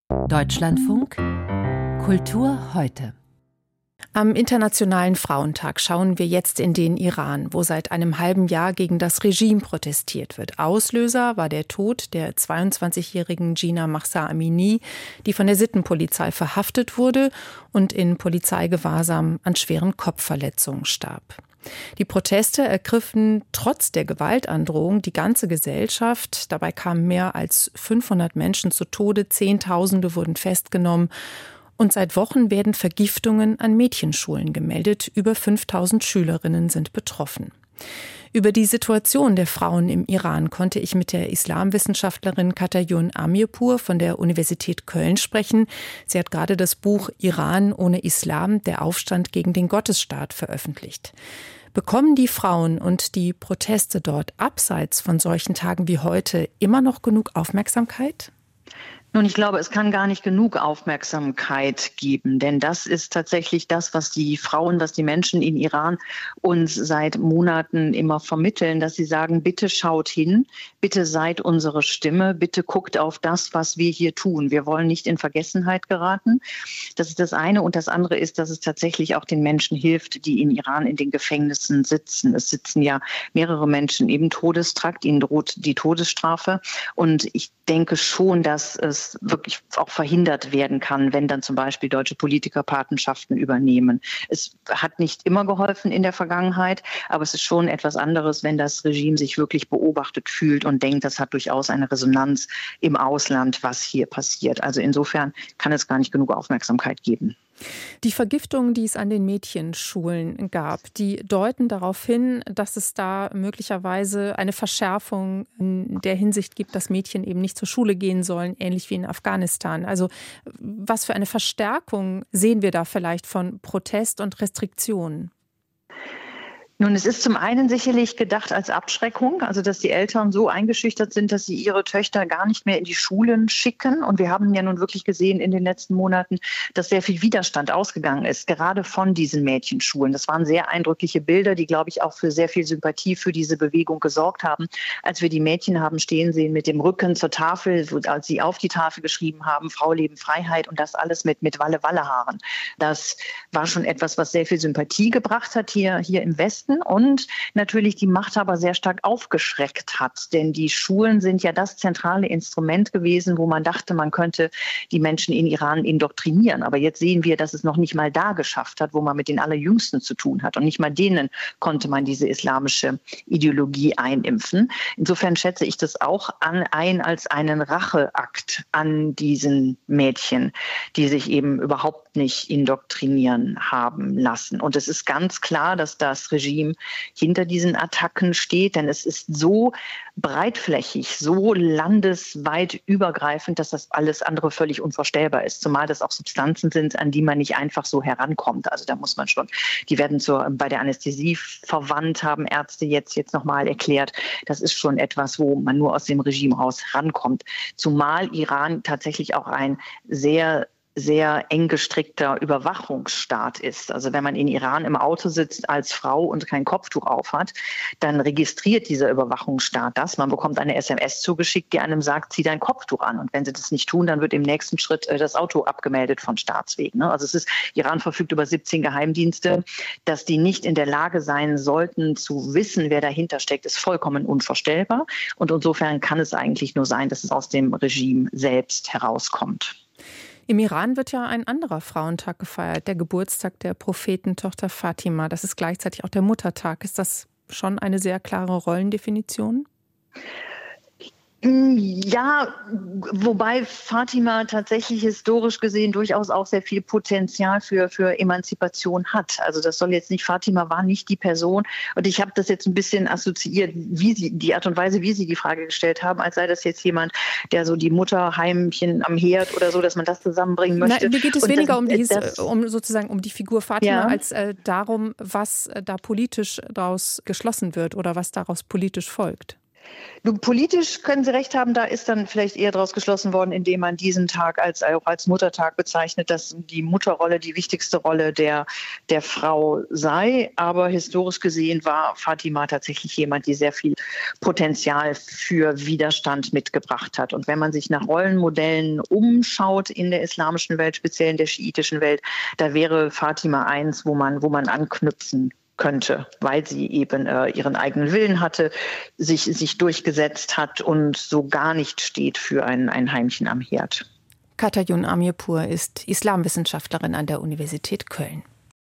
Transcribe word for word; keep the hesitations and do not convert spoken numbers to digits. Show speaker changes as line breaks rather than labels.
Deutschlandfunk Kultur heute.
Am Internationalen Frauentag schauen wir jetzt in den Iran, wo seit einem halben Jahr gegen das Regime protestiert wird. Auslöser war der Tod der zweiundzwanzigjährigen Jina Mahsa Amini, die von der Sittenpolizei verhaftet wurde und in Polizeigewahrsam an schweren Kopfverletzungen starb. Die Proteste ergriffen trotz der Gewaltandrohung die ganze Gesellschaft. Dabei kamen mehr als fünfhundert Menschen zu Tode, Zehntausende wurden festgenommen. Und seit Wochen werden Vergiftungen an Mädchenschulen gemeldet. Über fünftausend Schülerinnen sind betroffen. Über die Situation der Frauen im Iran konnte ich mit der Islamwissenschaftlerin Katayun Amirpour von der Universität Köln sprechen. Sie hat gerade das Buch Iran ohne Islam, der Aufstand gegen den Gottesstaat veröffentlicht. Bekommen die Frauen und die Proteste dort abseits von solchen Tagen wie heute immer noch genug Aufmerksamkeit?
Nun, ich glaube, es kann gar nicht genug Aufmerksamkeit geben, denn das ist tatsächlich das, was die Frauen, was die Menschen in Iran uns seit Monaten immer vermitteln, dass sie sagen, bitte schaut hin, bitte seid unsere Stimme, bitte guckt auf das, was wir hier tun. Wir wollen nicht in Vergessenheit geraten. Das ist das eine. Und das andere ist, dass es tatsächlich auch den Menschen hilft, die in Iran in den Gefängnissen sitzen. Es sitzen ja mehrere Menschen im Todestrakt, ihnen droht die Todesstrafe. Und ich denke schon, dass es wirklich auch verhindert werden kann, wenn dann zum Beispiel deutsche Politiker Patenschaften übernehmen. Es hat nicht immer geholfen in der Vergangenheit, aber es ist schon etwas anderes, wenn das Regime sich wirklich beobachtet fühlt und denkt, das hat durchaus eine Resonanz im Ausland, was hier passiert. Also insofern kann es gar nicht genug Aufmerksamkeit geben.
Die Vergiftungen, die es an den Mädchenschulen gab, die deuten darauf hin, dass es da möglicherweise eine Verschärfung in der Hinsicht gibt, dass Mädchen eben nicht zur Schule gehen sollen, ähnlich wie in Afghanistan. Also was für eine Verstärkung sehen wir da vielleicht von Protest und Restriktionen?
Nun, es ist zum einen sicherlich gedacht als Abschreckung, also dass die Eltern so eingeschüchtert sind, dass sie ihre Töchter gar nicht mehr in die Schulen schicken. Und wir haben ja nun wirklich gesehen in den letzten Monaten, dass sehr viel Widerstand ausgegangen ist, gerade von diesen Mädchenschulen. Das waren sehr eindrückliche Bilder, die, glaube ich, auch für sehr viel Sympathie für diese Bewegung gesorgt haben. Als wir die Mädchen haben stehen sehen mit dem Rücken zur Tafel, als sie auf die Tafel geschrieben haben, Frau, Leben, Freiheit und das alles mit, mit Walle-Walle-Haaren. Das war schon etwas, was sehr viel Sympathie gebracht hat hier, hier im Westen. Und natürlich die Machthaber sehr stark aufgeschreckt hat. Denn die Schulen sind ja das zentrale Instrument gewesen, wo man dachte, man könnte die Menschen in Iran indoktrinieren. Aber jetzt sehen wir, dass es noch nicht mal da geschafft hat, wo man mit den Allerjüngsten zu tun hat. Und nicht mal denen konnte man diese islamische Ideologie einimpfen. Insofern schätze ich das auch an, ein als einen Racheakt an diesen Mädchen, die sich eben überhaupt nicht indoktrinieren haben lassen. Und es ist ganz klar, dass das Regime hinter diesen Attacken steht, denn es ist so breitflächig, so landesweit übergreifend, dass das alles andere völlig unvorstellbar ist, zumal das auch Substanzen sind, an die man nicht einfach so herankommt. Also da muss man schon, die werden zur, bei der Anästhesie verwandt, haben Ärzte jetzt, jetzt nochmal erklärt. Das ist schon etwas, wo man nur aus dem Regime raus rankommt. Zumal Iran tatsächlich auch ein sehr sehr eng gestrickter Überwachungsstaat ist. Also wenn man in Iran im Auto sitzt als Frau und kein Kopftuch aufhat, dann registriert dieser Überwachungsstaat das. Man bekommt eine S M S zugeschickt, die einem sagt, zieh dein Kopftuch an. Und wenn sie das nicht tun, dann wird im nächsten Schritt das Auto abgemeldet von Staatswegen. Also es ist, Iran verfügt über siebzehn Geheimdienste. Dass die nicht in der Lage sein sollten, zu wissen, wer dahinter steckt, ist vollkommen unvorstellbar. Und insofern kann es eigentlich nur sein, dass es aus dem Regime selbst herauskommt.
Im Iran wird ja ein anderer Frauentag gefeiert, der Geburtstag der Prophetentochter Fatima. Das ist gleichzeitig auch der Muttertag. Ist das schon eine sehr klare Rollendefinition?
Ja, wobei Fatima tatsächlich historisch gesehen durchaus auch sehr viel Potenzial für, für Emanzipation hat. Also das soll jetzt nicht, Fatima war nicht die Person. Und ich habe das jetzt ein bisschen assoziiert, wie sie, die Art und Weise, wie Sie die Frage gestellt haben, als sei das jetzt jemand, der so die Mutterheimchen am Herd oder so, dass man das zusammenbringen möchte.
Na, mir geht es und weniger
das,
um, die,
das,
um sozusagen um die Figur Fatima,
ja.
als äh, darum, was äh, da politisch daraus geschlossen wird oder was daraus politisch folgt.
Nun, politisch können Sie recht haben, da ist dann vielleicht eher daraus geschlossen worden, indem man diesen Tag als, auch als Muttertag bezeichnet, dass die Mutterrolle die wichtigste Rolle der, der Frau sei. Aber historisch gesehen war Fatima tatsächlich jemand, die sehr viel Potenzial für Widerstand mitgebracht hat. Und wenn man sich nach Rollenmodellen umschaut in der islamischen Welt, speziell in der schiitischen Welt, da wäre Fatima eins, wo man, wo man anknüpfen könnte, weil sie eben äh, ihren eigenen Willen hatte, sich, sich durchgesetzt hat und so gar nicht steht für ein, ein Heimchen am Herd.
Katayun Amirpour ist Islamwissenschaftlerin an der Universität Köln.